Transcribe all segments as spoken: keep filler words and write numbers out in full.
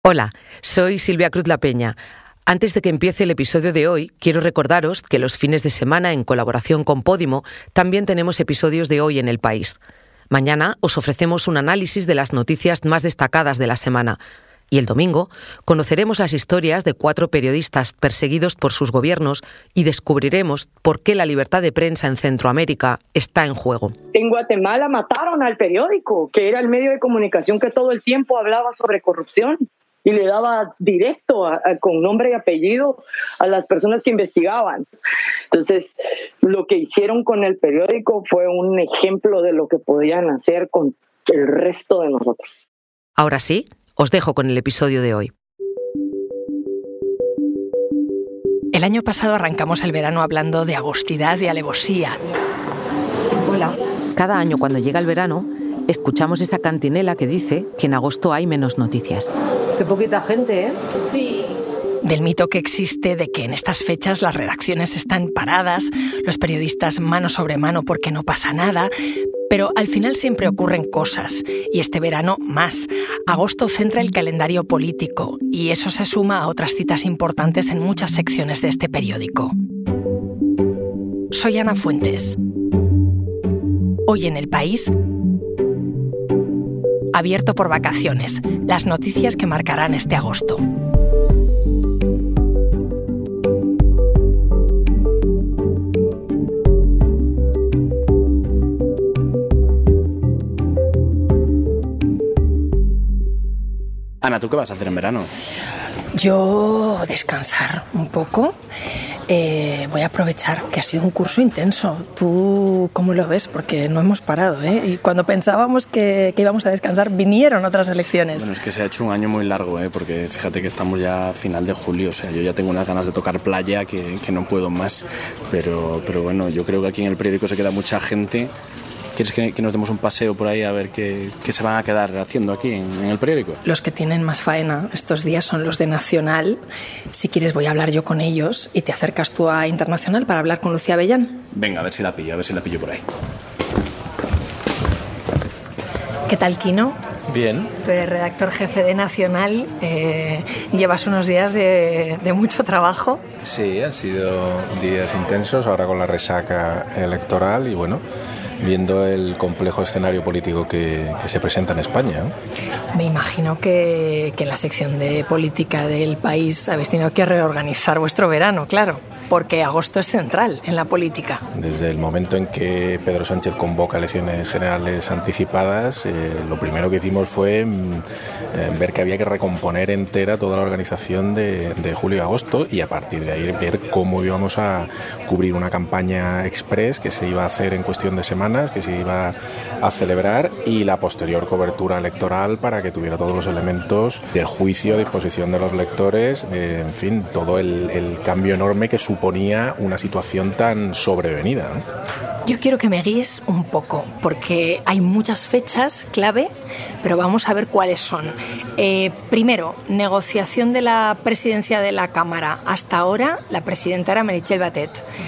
Hola, soy Silvia Cruz La Peña. Antes de que empiece el episodio de hoy, quiero recordaros que los fines de semana, en colaboración con Podimo, también tenemos episodios de Hoy en el País. Mañana os ofrecemos un análisis de las noticias más destacadas de la semana. Y el domingo conoceremos las historias de cuatro periodistas perseguidos por sus gobiernos y descubriremos por qué la libertad de prensa en Centroamérica está en juego. En Guatemala mataron al periódico, que era el medio de comunicación que todo el tiempo hablaba sobre corrupción y le daba directo, a, a, con nombre y apellido, a las personas que investigaban. Entonces, lo que hicieron con el periódico fue un ejemplo de lo que podían hacer con el resto de nosotros. Ahora sí, os dejo con el episodio de hoy. El año pasado arrancamos el verano hablando de agostidad y alevosía. Hola. Cada año cuando llega el verano, escuchamos esa cantinela que dice que en agosto hay menos noticias. Qué poquita gente, ¿eh? Sí. Del mito que existe de que en estas fechas las redacciones están paradas, los periodistas mano sobre mano porque no pasa nada, pero al final siempre ocurren cosas, y este verano más. Agosto centra el calendario político, y eso se suma a otras citas importantes en muchas secciones de este periódico. Soy Ana Fuentes. Hoy en El País, abierto por vacaciones, las noticias que marcarán este agosto. Ana, ¿tú qué vas a hacer en verano? Yo descansar un poco. Eh, voy a aprovechar que ha sido un curso intenso. ¿Tú cómo lo ves? Porque no hemos parado, ¿eh? Y cuando pensábamos que, que íbamos a descansar, vinieron otras elecciones. Bueno, es que se ha hecho un año muy largo, ¿eh? Porque fíjate que estamos ya a final de julio. O sea, yo ya tengo unas ganas de tocar playa que, que no puedo más. Pero, pero bueno, yo creo que aquí en el periódico se queda mucha gente. ¿Quieres que, que nos demos un paseo por ahí a ver qué, qué se van a quedar haciendo aquí en, en el periódico? Los que tienen más faena estos días son los de Nacional. Si quieres voy a hablar yo con ellos y te acercas tú a Internacional para hablar con Lucía Avellán. Venga, a ver si la pillo, a ver si la pillo por ahí. ¿Qué tal, Quino? Bien. Tú eres redactor jefe de Nacional, eh, llevas unos días de, de mucho trabajo. Sí, han sido días intensos, ahora con la resaca electoral y bueno, viendo el complejo escenario político que, que se presenta en España. Me imagino que, que en la sección de política del País habéis tenido que reorganizar vuestro verano, claro, porque agosto es central en la política. Desde el momento en que Pedro Sánchez convoca elecciones generales anticipadas, eh, lo primero que hicimos fue eh, ver que había que recomponer entera toda la organización de, de julio y agosto y a partir de ahí ver cómo íbamos a cubrir una campaña express que se iba a hacer en cuestión de semanas, que se iba a celebrar y la posterior cobertura electoral para que tuviera todos los elementos de juicio a disposición de los lectores, eh, en fin, todo el, el cambio enorme que suponía una situación tan sobrevenida, ¿no? Yo quiero que me guíes un poco, porque hay muchas fechas clave, pero vamos a ver cuáles son. Eh, primero, negociación de la presidencia de la Cámara. Hasta ahora, la presidenta era Meritxell Batet.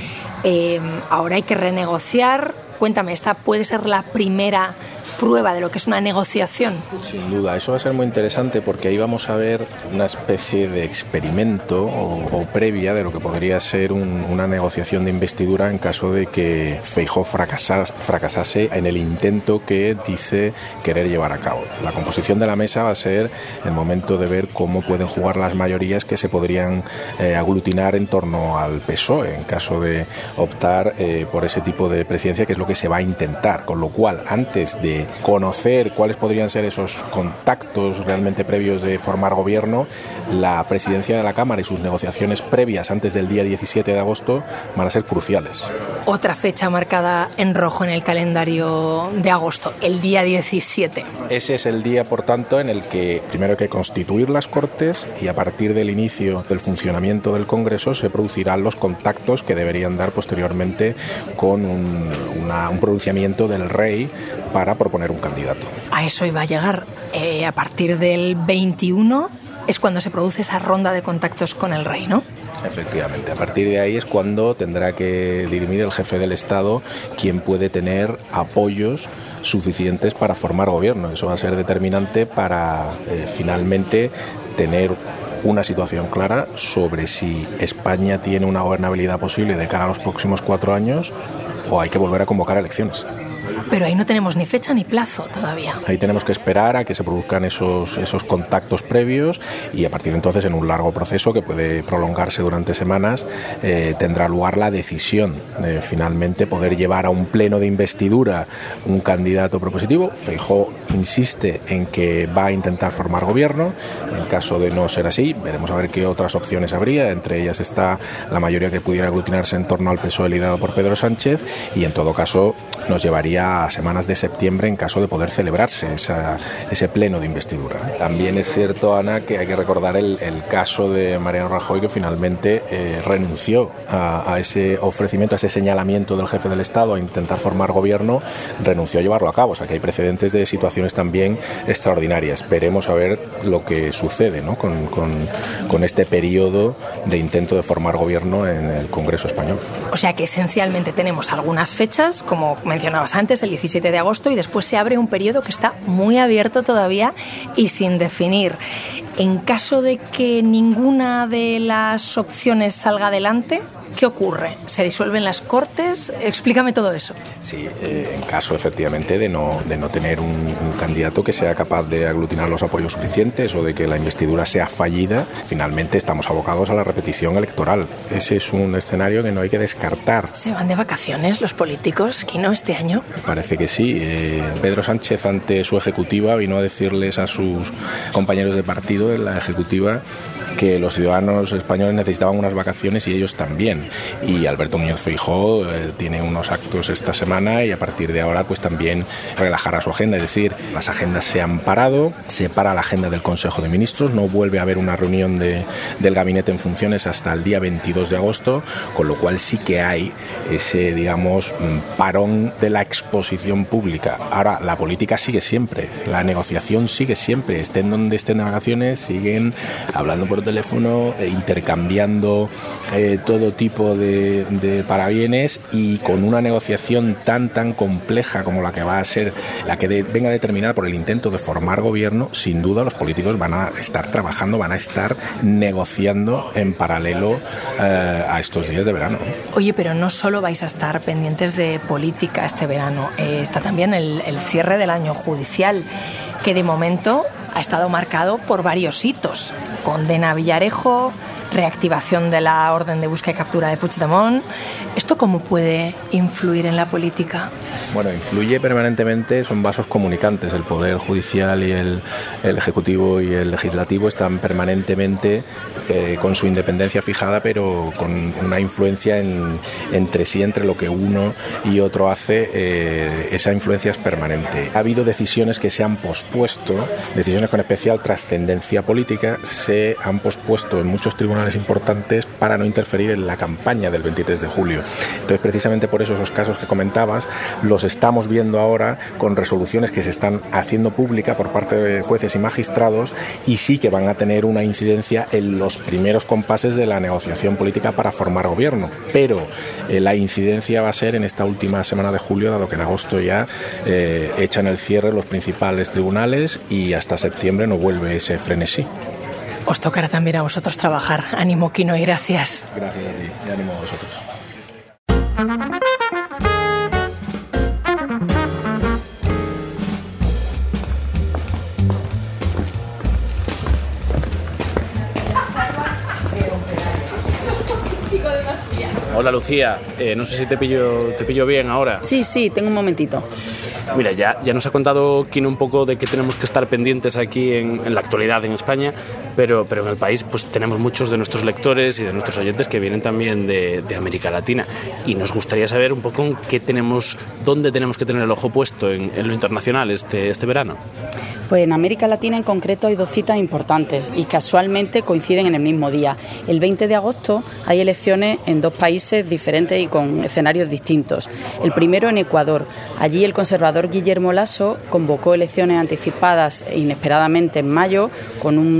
Eh, ahora hay que renegociar. Cuéntame, ¿esta puede ser la primera prueba de lo que es una negociación? Sin duda, eso va a ser muy interesante porque ahí vamos a ver una especie de experimento o, o previa de lo que podría ser un, una negociación de investidura en caso de que Feijóo fracasase, fracasase en el intento que dice querer llevar a cabo. La composición de la mesa va a ser el momento de ver cómo pueden jugar las mayorías que se podrían eh, aglutinar en torno al P S O E en caso de optar eh, por ese tipo de presidencia, que es lo que se va a intentar, con lo cual antes de conocer cuáles podrían ser esos contactos realmente previos de formar gobierno, la presidencia de la Cámara y sus negociaciones previas antes del día diecisiete de agosto van a ser cruciales. Otra fecha marcada en rojo en el calendario de agosto, el día diecisiete. Ese es el día, por tanto, en el que primero hay que constituir las Cortes y a partir del inicio del funcionamiento del Congreso se producirán los contactos que deberían dar posteriormente con un, una, un pronunciamiento del rey para proponer un candidato. A eso iba a llegar. Eh, a partir del veintiuno es cuando se produce esa ronda de contactos con el rey, ¿no? Efectivamente, a partir de ahí es cuando tendrá que dirimir el jefe del Estado quién puede tener apoyos suficientes para formar gobierno. Eso va a ser determinante para eh, finalmente tener una situación clara sobre si España tiene una gobernabilidad posible de cara a los próximos cuatro años o hay que volver a convocar elecciones. Pero ahí no tenemos ni fecha ni plazo todavía. Ahí tenemos que esperar a que se produzcan esos, esos contactos previos y a partir de entonces, en un largo proceso que puede prolongarse durante semanas, eh, tendrá lugar la decisión de finalmente poder llevar a un pleno de investidura un candidato propositivo. Feijóo insiste en que va a intentar formar gobierno. En caso de no ser así, veremos a ver qué otras opciones habría. Entre ellas está la mayoría que pudiera aglutinarse en torno al P S O E liderado por Pedro Sánchez y en todo caso nos llevaría a semanas de septiembre en caso de poder celebrarse esa, ese pleno de investidura. También es cierto, Ana, que hay que recordar el, el caso de Mariano Rajoy, que finalmente eh, renunció a, a ese ofrecimiento, a ese señalamiento del jefe del Estado a intentar formar gobierno, renunció a llevarlo a cabo. O sea que hay precedentes de situaciones también extraordinarias. Esperemos a ver lo que sucede, ¿no?, con, con, con este periodo de intento de formar gobierno en el Congreso español. O sea que esencialmente tenemos algunas fechas, como mencionabas antes, el diecisiete de agosto, y después se abre un periodo que está muy abierto todavía y sin definir. En caso de que ninguna de las opciones salga adelante, ¿qué ocurre? ¿Se disuelven las Cortes? Explícame todo eso. Sí, eh, en caso efectivamente de no, de no tener un, un candidato que sea capaz de aglutinar los apoyos suficientes o de que la investidura sea fallida, finalmente estamos abocados a la repetición electoral. Ese es un escenario que no hay que descartar. ¿Se van de vacaciones los políticos, Quino, este año? Parece que sí. Eh, Pedro Sánchez, ante su ejecutiva, vino a decirles a sus compañeros de partido en la ejecutiva que los ciudadanos españoles necesitaban unas vacaciones y ellos también. Y Alberto Núñez Feijóo eh, tiene unos actos esta semana y a partir de ahora pues también relajará su agenda. Es decir, las agendas se han parado, se para la agenda del Consejo de Ministros, no vuelve a haber una reunión de, del gabinete en funciones hasta el día veintidós de agosto, con lo cual sí que hay ese, digamos, parón de la exposición pública. Ahora, la política sigue siempre, la negociación sigue siempre, estén donde estén de vacaciones, siguen hablando por teléfono, eh, intercambiando eh, todo tipo de, de parabienes y con una negociación tan tan compleja como la que va a ser, la que de, venga determinada por el intento de formar gobierno, sin duda los políticos van a estar trabajando, van a estar negociando en paralelo eh, a estos días de verano. Oye, pero no solo vais a estar pendientes de política este verano, eh, está también el, el cierre del año judicial, que de momento ha estado marcado por varios hitos. Condena a Villarejo, reactivación de la orden de búsqueda y captura de Puigdemont. ¿Esto cómo puede influir en la política? Bueno, influye permanentemente, son vasos comunicantes. El Poder Judicial y el, el Ejecutivo y el Legislativo están permanentemente eh, con su independencia fijada, pero con una influencia en, entre sí, entre lo que uno y otro hace. Eh, esa influencia es permanente. Ha habido decisiones que se han pospuesto, decisiones con especial trascendencia política, se han pospuesto en muchos tribunales importantes para no interferir en la campaña del veintitrés de julio. Entonces, precisamente por eso esos casos que comentabas los estamos viendo ahora con resoluciones que se están haciendo pública por parte de jueces y magistrados y sí que van a tener una incidencia en los primeros compases de la negociación política para formar gobierno. Pero eh, la incidencia va a ser en esta última semana de julio, dado que en agosto ya eh, echan el cierre los principales tribunales y hasta septiembre no vuelve ese frenesí. Os tocará también a vosotros trabajar. Ánimo, Quino, y gracias. Gracias a ti y ánimo a vosotros. Hola Lucía, eh, no sé si te pillo, te pillo bien ahora. Sí, sí, tengo un momentito. Mira, ya, ya nos ha contado Quino un poco de que tenemos que estar pendientes aquí en, en la actualidad en España, pero, pero en el país pues tenemos muchos de nuestros lectores y de nuestros oyentes que vienen también de, de América Latina y nos gustaría saber un poco en qué tenemos, dónde tenemos que tener el ojo puesto en, en lo internacional este, este verano. Pues en América Latina en concreto hay dos citas importantes y casualmente coinciden en el mismo día. El veinte de agosto hay elecciones en dos países diferentes y con escenarios distintos. El primero en Ecuador. Allí el conservador Guillermo Lasso convocó elecciones anticipadas e inesperadamente en mayo con una fórmula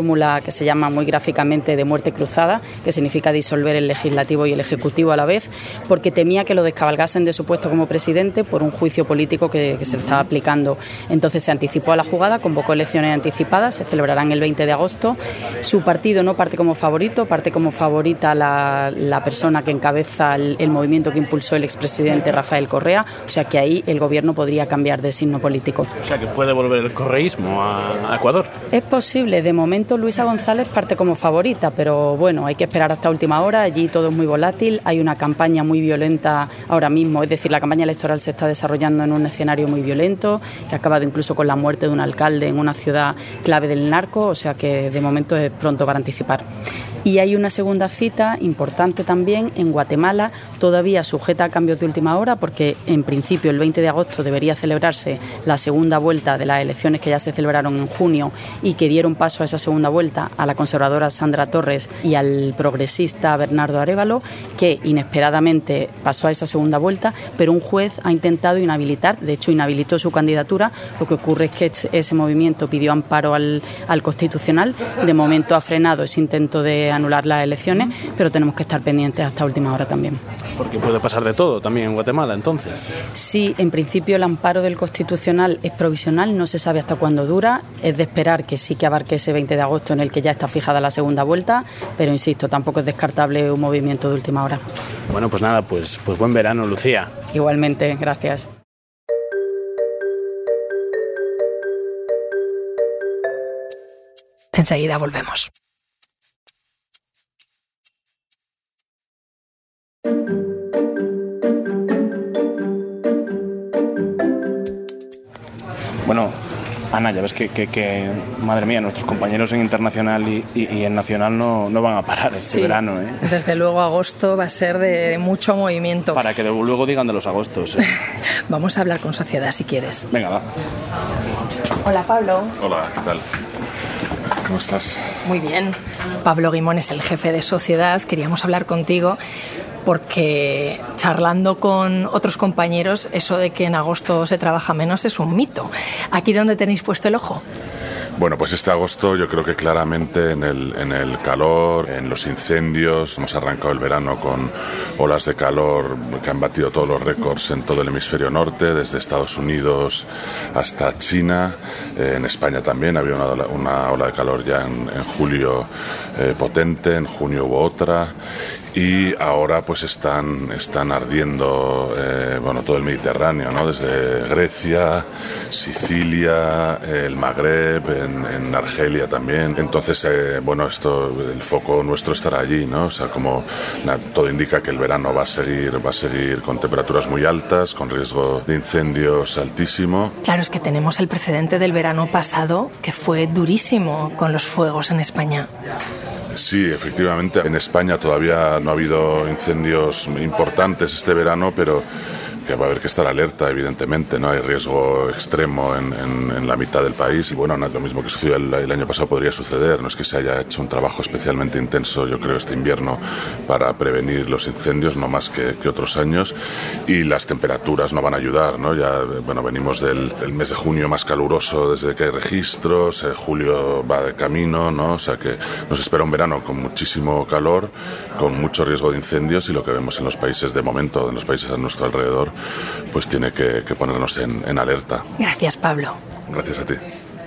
fórmula que se llama muy gráficamente de muerte cruzada, que significa disolver el legislativo y el ejecutivo a la vez, porque temía que lo descabalgasen de su puesto como presidente por un juicio político que, que se le estaba aplicando. Entonces se anticipó a la jugada, convocó elecciones anticipadas, se celebrarán el veinte de agosto. Su partido no parte como favorito, parte como favorita la, la persona que encabeza el, el movimiento que impulsó el expresidente Rafael Correa, o sea que ahí el gobierno podría cambiar de signo político. O sea que puede volver el correísmo a, a Ecuador. Es posible, de momento Luisa González parte como favorita, pero bueno, hay que esperar hasta última hora, allí todo es muy volátil, hay una campaña muy violenta ahora mismo, es decir, la campaña electoral se está desarrollando en un escenario muy violento, que ha acabado incluso con la muerte de un alcalde en una ciudad clave del narco, o sea que de momento es pronto para anticipar. Y hay una segunda cita importante también en Guatemala, todavía sujeta a cambios de última hora, porque en principio el veinte de agosto debería celebrarse la segunda vuelta de las elecciones que ya se celebraron en junio y que dieron paso a esa segunda vuelta a la conservadora Sandra Torres y al progresista Bernardo Arévalo, que inesperadamente pasó a esa segunda vuelta, pero un juez ha intentado inhabilitar, de hecho inhabilitó su candidatura. Lo que ocurre es que ese movimiento pidió amparo al, al Constitucional, de momento ha frenado ese intento de anular las elecciones, pero tenemos que estar pendientes hasta última hora también. Porque puede pasar de todo también en Guatemala, entonces. Sí, en principio el amparo del Constitucional es provisional, no se sabe hasta cuándo dura, es de esperar que sí que abarque ese veinte de agosto en el que ya está fijada la segunda vuelta, pero insisto, tampoco es descartable un movimiento de última hora. Bueno, pues nada, pues, pues buen verano, Lucía. Igualmente, gracias. Enseguida volvemos. Bueno, Ana, ya ves que, que, que madre mía, nuestros compañeros en Internacional y, y, y en Nacional no, no van a parar este sí, verano, ¿eh? Desde luego agosto va a ser de mucho movimiento. Para que luego digan de los agostos, ¿eh? Vamos a hablar con Sociedad si quieres. Venga, va. Hola, Pablo. Hola, ¿qué tal? ¿Cómo estás? Muy bien. Pablo Guimón es el jefe de Sociedad. Queríamos hablar contigo porque charlando con otros compañeros, eso de que en agosto se trabaja menos es un mito. ¿Aquí dónde tenéis puesto el ojo? Bueno, pues este agosto yo creo que claramente en el, en el calor, en los incendios, hemos arrancado el verano con olas de calor que han batido todos los récords en todo el hemisferio norte, desde Estados Unidos hasta China. Eh, en España también había una, una ola de calor ya en, en julio eh, potente, en junio hubo otra. Y ahora pues están, están ardiendo eh, bueno, todo el Mediterráneo, ¿no? Desde Grecia, Sicilia, el Magreb, en, en Argelia también. Entonces, eh, bueno, esto, el foco nuestro estará allí, ¿no? O sea, como na, todo indica que el verano va a seguir, va a seguir con temperaturas muy altas, con riesgo de incendios altísimo. Claro, es que tenemos el precedente del verano pasado, que fue durísimo con los fuegos en España. Sí, efectivamente. En España todavía no ha habido incendios importantes este verano, pero que va a haber que estar alerta, evidentemente, ¿no? Hay riesgo extremo en, en, en la mitad del país y bueno, no, lo mismo que sucedió el, el año pasado podría suceder. No es que se haya hecho un trabajo especialmente intenso, yo creo, este invierno para prevenir los incendios, no más que, que otros años, y las temperaturas no van a ayudar, ¿no? Ya, bueno, venimos del el mes de junio más caluroso desde que hay registros, eh, julio va de camino, ¿no? O sea que nos espera un verano con muchísimo calor, con mucho riesgo de incendios y lo que vemos en los países de momento, en los países a nuestro alrededor, pues tiene que, que ponernos en, en alerta. Gracias, Pablo. Gracias a ti.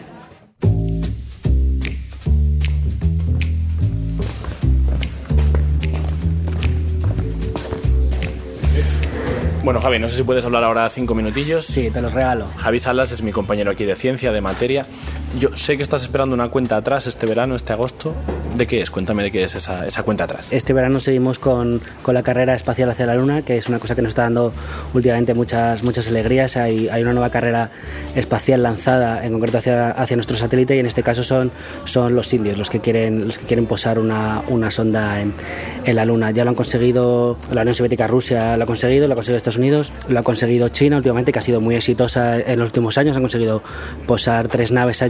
Bueno, Javi, no sé si puedes hablar ahora cinco minutillos. Sí, te los regalo. Javi Salas es mi compañero aquí de ciencia, de materia. Yo sé que estás esperando una cuenta atrás este verano, este agosto. ¿De qué es? Cuéntame de qué es esa, esa cuenta atrás. Este verano seguimos con, con la carrera espacial hacia la Luna, que es una cosa que nos está dando últimamente muchas, muchas alegrías. Hay, hay una nueva carrera espacial lanzada, en concreto hacia, hacia nuestro satélite, y en este caso son, son los indios los que quieren, los que quieren posar una, una sonda en, en la Luna. Ya lo han conseguido la Unión Soviética, Rusia lo ha conseguido, lo ha conseguido Estados Unidos, lo ha conseguido China últimamente, que ha sido muy exitosa en los últimos años. Han conseguido posar tres naves allí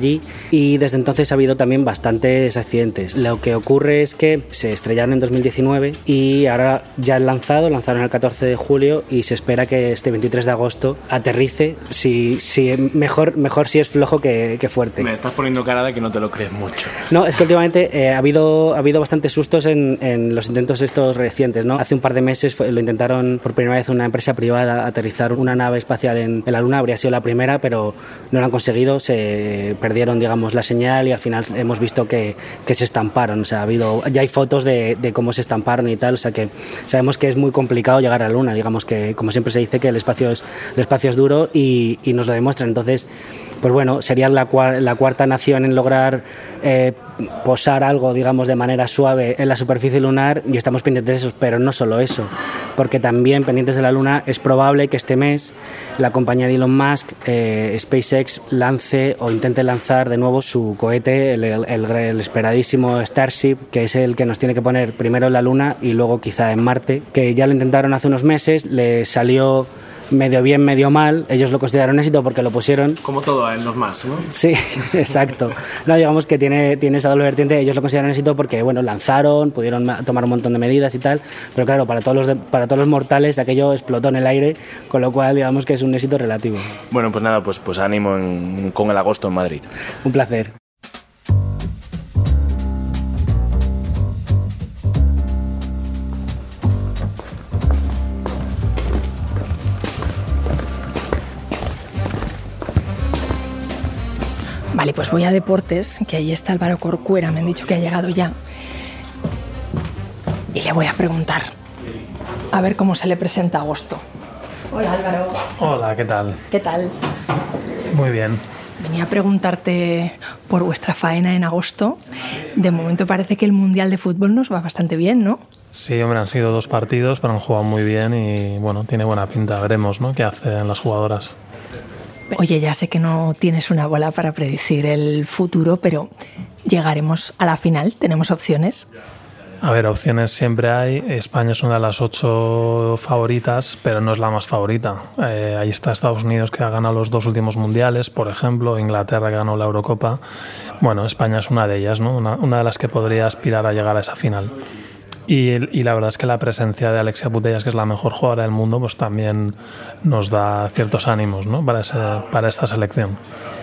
allí, y desde entonces ha habido también bastantes accidentes. Lo que ocurre es que se estrellaron en dos mil diecinueve y ahora ya han lanzado, lanzaron el catorce de julio y se espera que este veintitrés de agosto aterrice, si, si mejor, mejor si es flojo que, que fuerte. Me estás poniendo cara de que no te lo crees mucho. No, es que últimamente eh, ha habido ha habido bastantes sustos en, en los intentos estos recientes, ¿no? Hace un par de meses fue, lo intentaron por primera vez una empresa privada aterrizar una nave espacial en, en la Luna, habría sido la primera, pero no lo han conseguido, se perdieron, digamos, la señal y al final hemos visto que, que se estamparon. O sea, ha habido, ya hay fotos de, de cómo se estamparon y tal, o sea que sabemos que es muy complicado llegar a la Luna, digamos que, como siempre se dice, que el espacio es, el espacio es duro y, y nos lo demuestran. Entonces, pues bueno, serían la, la cuarta nación en lograr eh, posar algo, digamos, de manera suave en la superficie lunar, y estamos pendientes de eso, pero no solo eso, porque también pendientes de la Luna es probable que este mes la compañía de Elon Musk, eh, SpaceX, lance o intente lanzar de nuevo su cohete, el, el, el esperadísimo Starship, que es el que nos tiene que poner primero en la Luna y luego quizá en Marte, que ya lo intentaron hace unos meses, le salió medio bien, medio mal. Ellos lo consideraron éxito porque lo pusieron... Como todo en los más, ¿no? Sí, exacto. No, digamos que tiene, tiene esa doble vertiente. Ellos lo consideraron éxito porque, bueno, lanzaron, pudieron tomar un montón de medidas y tal, pero claro, para todos los, de, para todos los mortales aquello explotó en el aire, con lo cual digamos que es un éxito relativo. Bueno, pues nada, pues, pues ánimo en, con el agosto en Madrid. Un placer. Vale, pues voy a deportes, que ahí está Álvaro Corcuera, me han dicho que ha llegado ya. Y le voy a preguntar, a ver cómo se le presenta agosto. Hola, Álvaro. Hola, ¿qué tal? ¿Qué tal? Muy bien. Venía a preguntarte por vuestra faena en agosto. De momento parece que el Mundial de Fútbol nos va bastante bien, ¿no? Sí, hombre, han sido dos partidos, pero han jugado muy bien y, bueno, tiene buena pinta. Veremos, ¿no?, qué hacen las jugadoras. Oye, ya sé que no tienes una bola para predecir el futuro, pero llegaremos a la final. ¿Tenemos opciones? A ver, opciones siempre hay. España es una de las ocho favoritas, pero no es la más favorita. Eh, ahí está Estados Unidos, que ha ganado los dos últimos mundiales, por ejemplo, Inglaterra, que ganó la Eurocopa. Bueno, España es una de ellas, ¿no? Una, una de las que podría aspirar a llegar a esa final. Y, y la verdad es que la presencia de Alexia Putellas, que es la mejor jugadora del mundo, pues también nos da ciertos ánimos, ¿no?, para, ese, para esta selección.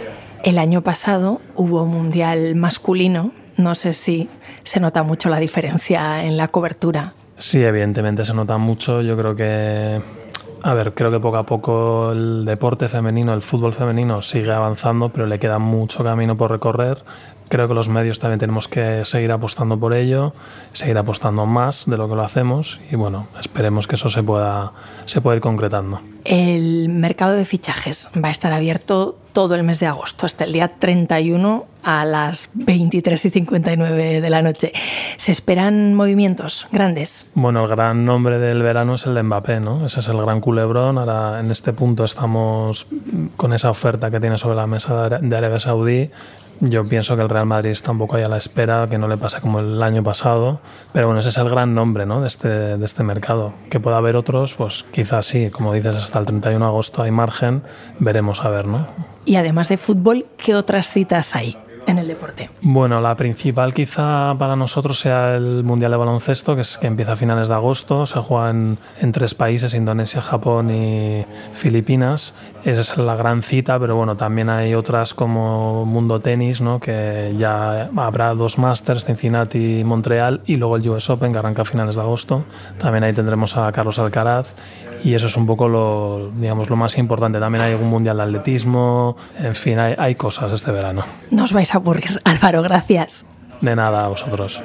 El año pasado hubo mundial masculino. No sé si se nota mucho la diferencia en la cobertura. Sí, evidentemente se nota mucho. Yo creo que... A ver, creo que poco a poco el deporte femenino, el fútbol femenino sigue avanzando, pero le queda mucho camino por recorrer. Creo que los medios también tenemos que seguir apostando por ello, seguir apostando más de lo que lo hacemos y, bueno, esperemos que eso se pueda, se pueda ir concretando. El mercado de fichajes va a estar abierto todo el mes de agosto, hasta el día treinta y uno a las veintitrés y cincuenta y nueve de la noche. ¿Se esperan movimientos grandes? Bueno, el gran nombre del verano es el de Mbappé, ¿no? Ese es el gran culebrón. Ahora, en este punto, estamos con esa oferta que tiene sobre la mesa de Arabia Saudí. Yo pienso que el Real Madrid está un poco ahí a la espera, que no le pase como el año pasado. Pero bueno, ese es el gran nombre, ¿no?, de este, de este mercado. Que pueda haber otros, pues quizás sí. Como dices, hasta el treinta y uno de agosto hay margen. Veremos a ver, ¿no? Y además de fútbol, ¿qué otras citas hay en el deporte? Bueno, la principal quizá para nosotros sea el Mundial de Baloncesto, que, es, que empieza a finales de agosto. Se juega en, en tres países, Indonesia, Japón y Filipinas. Esa es la gran cita, pero bueno, también hay otras como Mundo Tenis, ¿no?, que ya habrá dos Masters, Cincinnati y Montreal, y luego el U S Open, que arranca a finales de agosto. También ahí tendremos a Carlos Alcaraz, y eso es un poco lo, digamos, lo más importante. También hay un Mundial de Atletismo, en fin, hay, hay cosas este verano. No os vais a aburrir, Álvaro, gracias. De nada, a vosotros.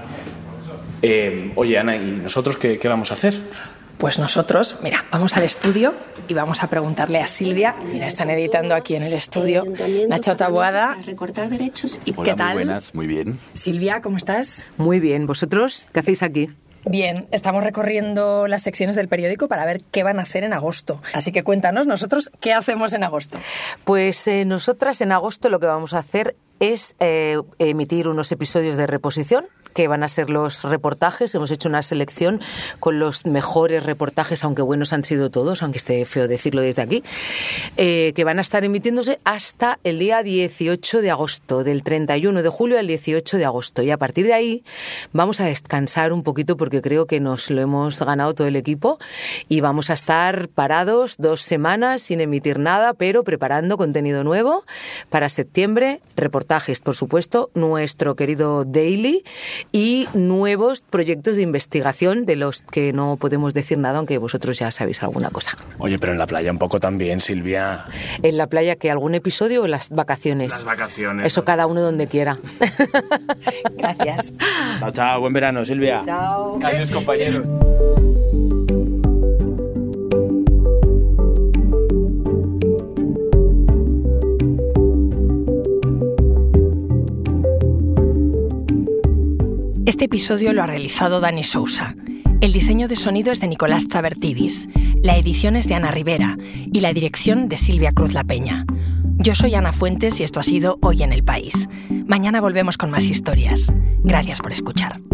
Eh, oye, Ana, ¿y nosotros qué, qué vamos a hacer? Pues nosotros, mira, vamos al estudio y vamos a preguntarle a Silvia. Mira, están editando aquí en el estudio. Nacho Taboada. Recortar derechos y... Hola, ¿qué tal? muy buenas, muy bien. Silvia, ¿cómo estás? Muy bien. ¿Vosotros qué hacéis aquí? Bien, estamos recorriendo las secciones del periódico para ver qué van a hacer en agosto. Así que cuéntanos, nosotros, ¿qué hacemos en agosto? Pues eh, nosotras en agosto lo que vamos a hacer es eh, emitir unos episodios de reposición, que van a ser los reportajes. Hemos hecho una selección con los mejores reportajes, aunque buenos han sido todos, aunque esté feo decirlo desde aquí, eh, que van a estar emitiéndose hasta el día dieciocho de agosto, del treinta y uno de julio al dieciocho de agosto. Y a partir de ahí vamos a descansar un poquito porque creo que nos lo hemos ganado todo el equipo y vamos a estar parados dos semanas sin emitir nada, pero preparando contenido nuevo para septiembre, reportajes, por supuesto, nuestro querido Daily y nuevos proyectos de investigación de los que no podemos decir nada, aunque vosotros ya sabéis alguna cosa. Oye, pero en la playa un poco también, Silvia. ¿En la playa que algún episodio o las vacaciones? Las vacaciones. Eso cada uno donde quiera. Gracias. Chao, chao. Buen verano, Silvia. Chao. Gracias, compañeros. Este episodio lo ha realizado Dani Sousa. El diseño de sonido es de Nicolás Chabertidis, la edición es de Ana Rivera y la dirección de Silvia Cruz La Peña. Yo soy Ana Fuentes y esto ha sido Hoy en el País. Mañana volvemos con más historias. Gracias por escuchar.